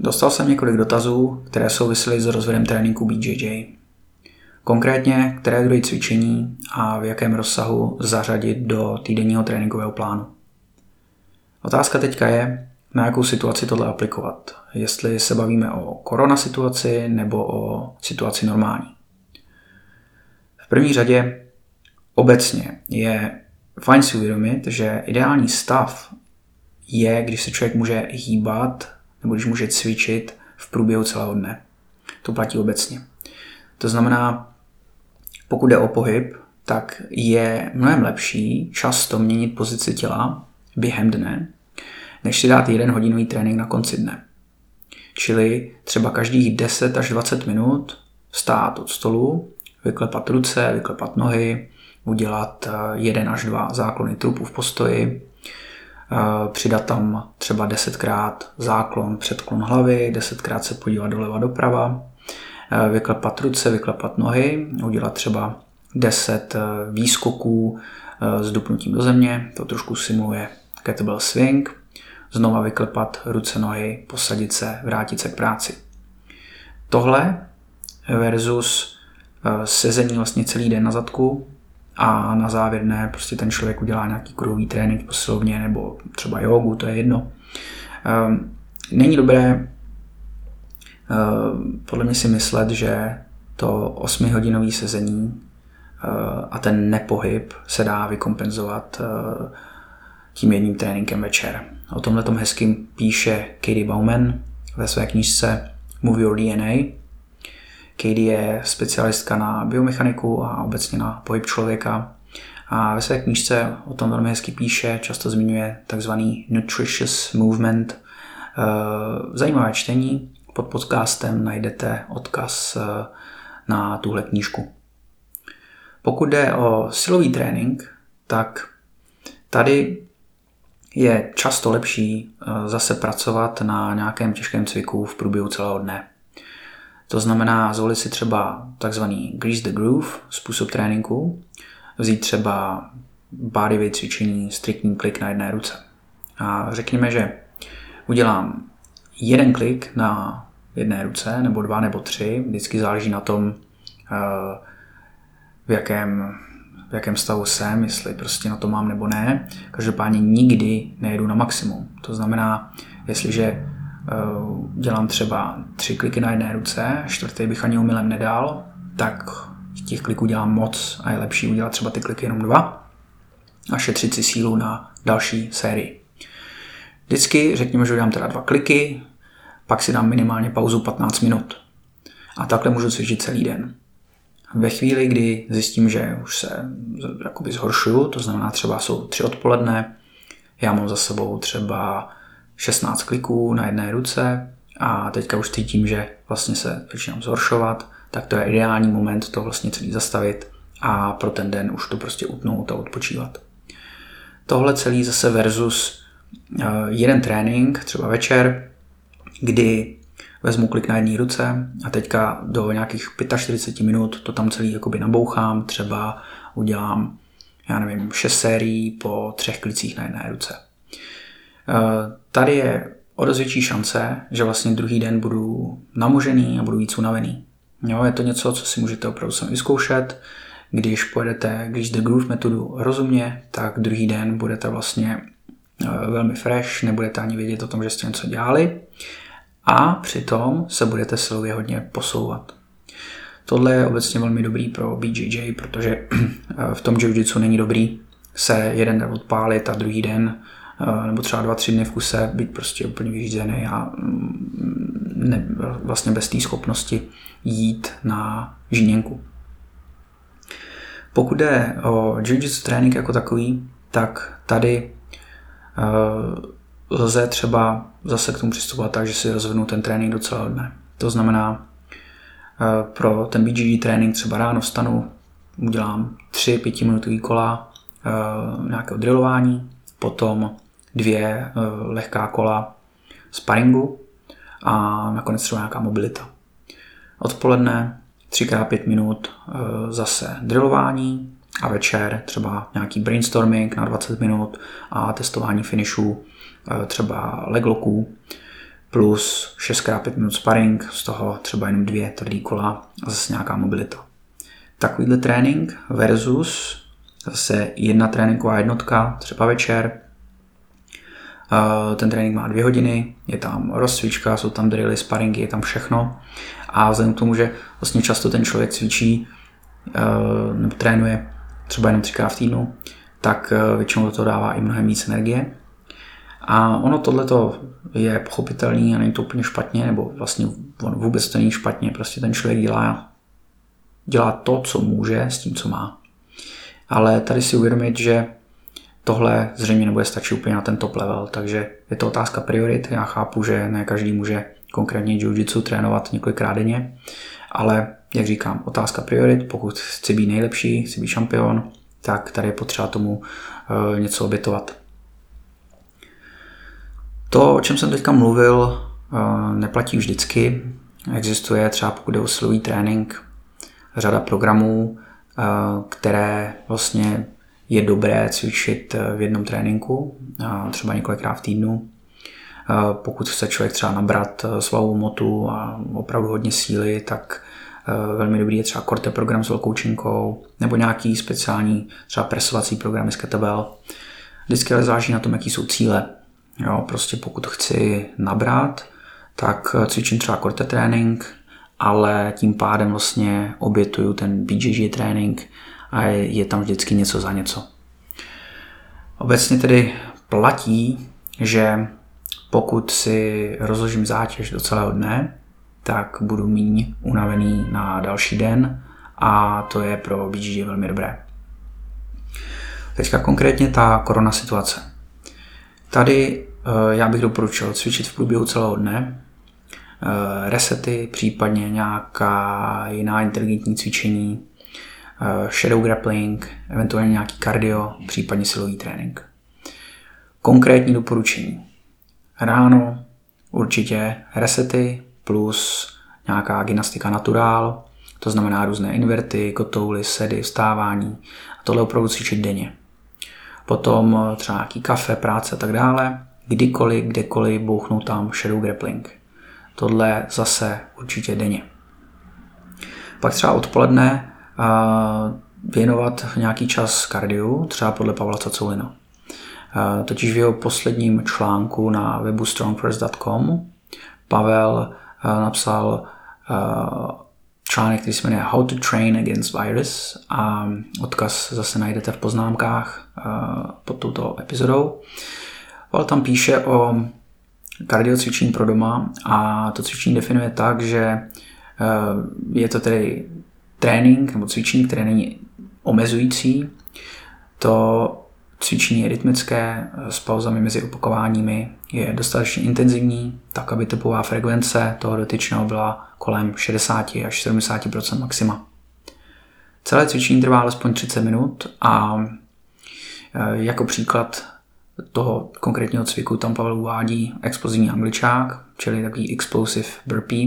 Dostal jsem několik dotazů, které souvisely s rozvodem tréninku BJJ. Konkrétně, které druhy cvičení a v jakém rozsahu zařadit do týdenního tréninkového plánu. Otázka teďka je, na jakou situaci tohle aplikovat. Jestli se bavíme o korona situaci nebo o situaci normální. V první řadě obecně je fajn si uvědomit, že ideální stav je, když se člověk může hýbat nebo když může cvičit v průběhu celého dne. To platí obecně. To znamená, pokud jde o pohyb, tak je mnohem lepší často měnit pozici těla během dne, než si dát 1 hodinový trénink na konci dne. Čili třeba každých 10 až 20 minut vstát od stolu, vyklepat ruce, vyklepat nohy, udělat 1 až 2 záklony trupu v postoji, přidat tam třeba 10krát záklon, předklon hlavy, 10krát se podívat doleva doprava, vyklepat ruce, vyklepat nohy, udělat třeba 10 výskoků s dupnutím do země, to trošku simuluje kettlebell swing, znova vyklepat ruce, nohy, posadit se, vrátit se k práci. Tohle versus sezení vlastně celý den na zadku a na závěr dne prostě ten člověk udělá nějaký kruhový trénink v posilovně nebo třeba jogu, to je jedno. Není dobré podle mě si myslet, že to 8hodinový sezení a ten nepohyb se dá vykompenzovat tím jedním tréninkem večer. O tomhletom hezkým píše Katie Bowman ve své knížce Move Your DNA. Katie je specialistka na biomechaniku a obecně na pohyb člověka. A ve své knížce o tom velmi hezky píše, často zmiňuje takzvaný nutritious movement. Zajímavé čtení. Pod podcastem najdete odkaz na tuhle knížku. Pokud jde o silový trénink, tak tady je často lepší zase pracovat na nějakém těžkém cviku v průběhu celého dne. To znamená zvolit si třeba takzvaný grease the groove způsob tréninku, vzít třeba bodyweight cvičení, striktní klik na jedné ruce. A řekněme, že udělám 1 klik na jedné ruce, nebo 2 nebo 3, vždycky záleží na tom, v jakém stavu jsem, jestli prostě na to mám nebo ne. Každopádně nikdy nejedu na maximum. To znamená, jestliže dělám třeba 3 kliky na jedné ruce, 4. bych ani omylem nedal, tak těch kliků dělám moc a je lepší udělat třeba ty kliky jenom 2 a šetřit si sílu na další sérii. Vždycky řekněme, že udělám teda 2 kliky, pak si dám minimálně pauzu 15 minut. A takhle můžu cvičit celý den. Ve chvíli, kdy zjistím, že už se jakoby zhoršuju, to znamená třeba jsou 3 odpoledne, já mám za sebou třeba 16 kliků na jedné ruce a teďka už cítím, že vlastně se začínám zhoršovat, tak to je ideální moment to vlastně celý zastavit a pro ten den už to prostě utnout a odpočívat. Tohle celý zase versus 1 trénink, třeba večer, kdy vezmu klik na jedné ruce a teďka do nějakých 45 minut to tam celý jakoby nabouchám, třeba udělám, 6 sérií po 3 klicích na jedné ruce. Tady je o dost větší šance, že vlastně druhý den budu namožený a budu víc unavený. Jo, je to něco, co si můžete opravdu sami vyzkoušet. Když pojedete grease the groove metodu rozumně, tak druhý den budete vlastně velmi fresh, nebudete ani vědět o tom, že jste něco dělali a přitom se budete silově hodně posouvat. Tohle je obecně velmi dobrý pro BJJ, protože v tom jiu-jitsu není dobrý se jeden den odpálit a druhý den nebo třeba 2-3 dny v kuse být prostě úplně vyřízený a vlastně bez té schopnosti jít na žíněnku. Pokud jde o jiu-jitsu trénink jako takový, tak tady lze třeba zase k tomu přistupovat tak, že si rozvinu ten trénink do celého dne. To znamená, pro ten BJJ trénink třeba ráno vstanu, udělám 3 5-minutové kola nějakého drillování, potom 2 lehká kola sparingu a nakonec třeba nějaká mobilita. Odpoledne 3x5 minut zase drillování a večer třeba nějaký brainstorming na 20 minut a testování finishů, třeba leglocků. plus 6x5 minut sparring, z toho třeba jenom 2 tvrdý kola a zase nějaká mobilita. Takovýhle trénink versus zase 1 tréninková jednotka, třeba večer. Ten trénink má 2 hodiny, je tam rozcvička, jsou tam drilly, sparingy, je tam všechno. A vzhledem k tomu, že vlastně často ten člověk cvičí nebo trénuje třeba jenom 3x v týdnu, tak většinou do toho dává i mnohem víc energie. A ono tohleto je pochopitelný a není to úplně špatně, nebo vlastně vůbec to není špatně, prostě ten člověk dělá to, co může s tím, co má. Ale tady si uvědomit, že tohle zřejmě nebude stačit úplně na ten top level, takže je to otázka priorit. Já chápu, že ne každý může konkrétně jiu-jitsu trénovat několikrát denně, ale jak říkám, otázka priorit, pokud chci být nejlepší, chci být šampion, tak tady je potřeba tomu něco obětovat. To, o čem jsem teďka mluvil, neplatí vždycky. Existuje třeba, pokud jde o silový trénink, řada programů, které vlastně je dobré cvičit v jednom tréninku, třeba několikrát v týdnu. Pokud chce člověk třeba nabrat svalovou hmotu a opravdu hodně síly, tak velmi dobrý je třeba Corte program s velkou činkou nebo nějaký speciální třeba presovací programy z kettlebell. Vždycky ale záleží na tom, jaký jsou cíle. Jo, prostě pokud chci nabrat, tak cvičím třeba Corte trénink, ale tím pádem vlastně obětuju ten BJJ trénink a je tam vždycky něco za něco. Obecně tedy platí, že pokud si rozložím zátěž do celého dne, tak budu míň unavený na další den a to je pro BJJ velmi dobré. Teďka konkrétně ta korona situace. Tady já bych doporučil cvičit v průběhu celého dne, resety, případně nějaká jiná inteligentní cvičení, shadow grappling, eventuálně nějaký kardio, případně silový trénink. Konkrétní doporučení. Ráno určitě resety plus nějaká gymnastika natural, to znamená různé inverty, kotouly, sedy, vstávání a tohle opravdu cvičit denně. Potom třeba nějaký kafe, práce a tak dále, kdykoliv, kdekoliv bouchnout tam shadow grappling. Tohle zase určitě denně. Pak třeba odpoledne věnovat nějaký čas kardiu, třeba podle Pavla Cacoulina. Totiž v jeho posledním článku na webu strongfirst.com Pavel napsal článek, který se jmenuje How to Train Against Virus a odkaz zase najdete v poznámkách pod touto epizodou. Pavel tam píše o kardiocvičení pro doma a to cvičení definuje tak, že je to tedy trénink nebo cvičení, které není omezující. To cvičení je rytmické, s pauzami mezi opakováními, je dostatečně intenzivní, tak aby tepová frekvence toho dotyčného byla kolem 60 až 70% maxima. Celé cvičení trvá alespoň 30 minut a jako příklad toho konkrétního cviku tam Pavel uvádí explozivní angličák, čili takový explosive burpee,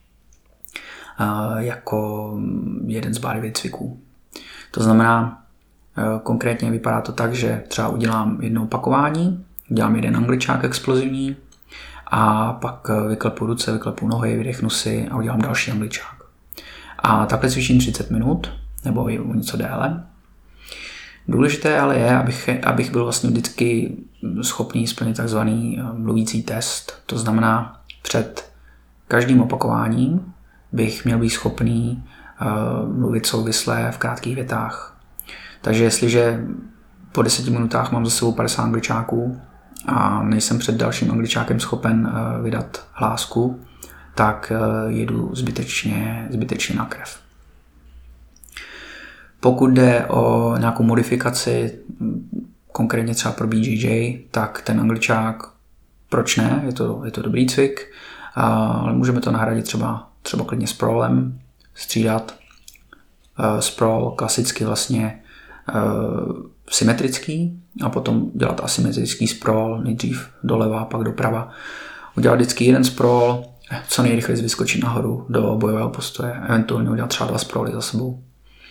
jako jeden z bodyweight cviků. To znamená, konkrétně vypadá to tak, že třeba udělám jedno opakování, udělám jeden angličák explozivní a pak vyklepu ruce, vyklepu nohy, vydechnu si a udělám další angličák. A takhle cvičím 30 minut nebo i o něco déle. Důležité ale je, abych byl vlastně vždycky schopný splnit takzvaný mluvící test. To znamená, před každým opakováním bych měl být schopný mluvit souvisle v krátkých větách. Takže jestliže po 10 minutách mám za sebou 50 angličáků a nejsem před dalším angličákem schopen vydat hlásku, tak jedu zbytečně na krev. Pokud jde o nějakou modifikaci, konkrétně třeba pro BJJ, tak ten angličák, proč ne, je to dobrý cvik, ale můžeme to nahradit třeba klidně sprawlem, střídat. Sprawl klasicky vlastně symetrický a potom dělat asymetrický sprawl, nejdřív doleva, pak doprava. Udělat vždycky jeden sprawl, co nejrychleji vyskočit nahoru do bojového postoje, eventuálně udělat třeba 2 sprawly za sebou.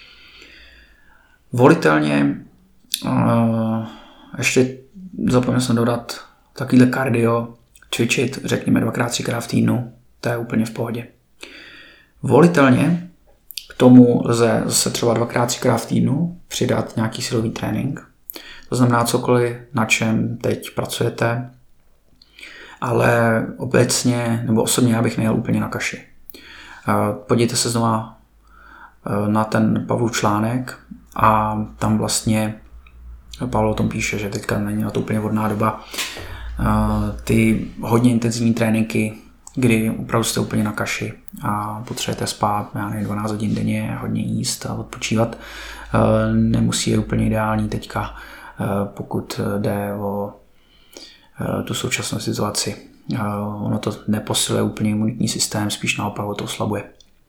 Volitelně ještě zapomněl jsem dodat takovýhle kardio, cvičit, řekněme 2x, 3x v týdnu, to je úplně v pohodě. Volitelně k tomu lze zase třeba 2x, 3x v týdnu přidat nějaký silový trénink. To znamená cokoliv, na čem teď pracujete, ale obecně nebo osobně já bych nejel úplně na kaši. Podívejte se znova na ten Pavlův článek a tam vlastně Pavel o tom píše, že teďka není na to úplně vhodná doba. Ty hodně intenzivní tréninky, kdy opravdu jste úplně na kaši a potřebujete spát 12 hodin denně, hodně jíst a odpočívat, nemusí je úplně ideální teďka, pokud jde o tu současnou situaci. Ono to neposiluje úplně imunitní systém, spíš naopak ho to oslabuje.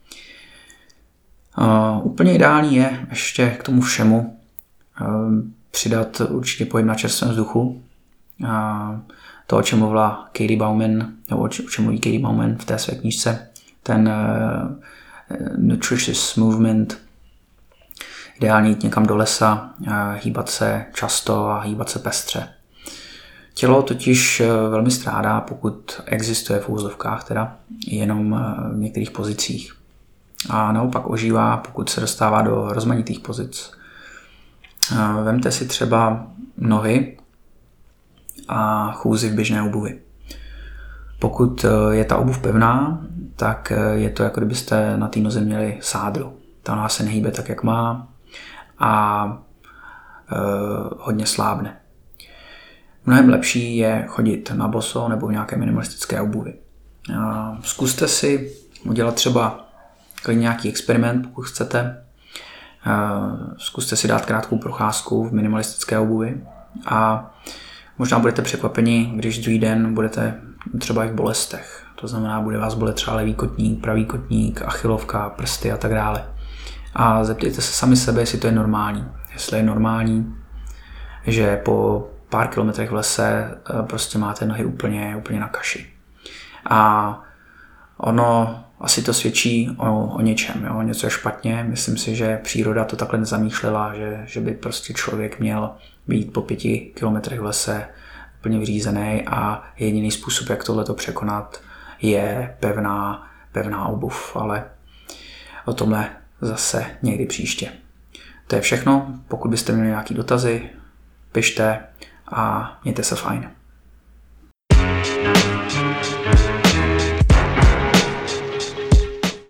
Úplně ideální je ještě k tomu všemu přidat určitě pohyb na čerstvém vzduchu. To, o čem mluvila Katie Bauman, nebo o čem mluví Katie Bauman v té své knížce, ten nutritious movement, ideálně jít někam do lesa, hýbat se často a hýbat se pestře. Tělo totiž velmi strádá, pokud existuje v úvozovkách, teda jenom v některých pozicích. A naopak ožívá, pokud se dostává do rozmanitých pozic. Vemte si třeba nohy a chůzi v běžné obuvi. Pokud je ta obuv pevná, tak je to, jako kdybyste na té noze měli sádru. Ta noha se nehýbe tak, jak má a hodně slábne. Mnohem lepší je chodit na boso nebo v nějaké minimalistické obuvi. Zkuste si udělat třeba nějaký experiment, pokud chcete. Zkuste si dát krátkou procházku v minimalistické obuvi a možná budete překvapeni, když druhý den budete třeba i v bolestech. To znamená, bude vás bolet třeba levý kotník, pravý kotník, achilovka, prsty a tak dále. A zeptejte se sami sebe, jestli to je normální. Jestli je normální, že po pár kilometrech v lese prostě máte nohy úplně na kaši. A ono asi to svědčí o něčem. Jo? Něco je špatně. Myslím si, že příroda to takhle nezamýšlela, že by prostě člověk měl být po 5 kilometrech v lese úplně vyřízený a jediný způsob, jak tohleto překonat, je pevná obuv. Ale o tomhle zase někdy příště. To je všechno. Pokud byste měli nějaké dotazy, pište a mějte se fajn.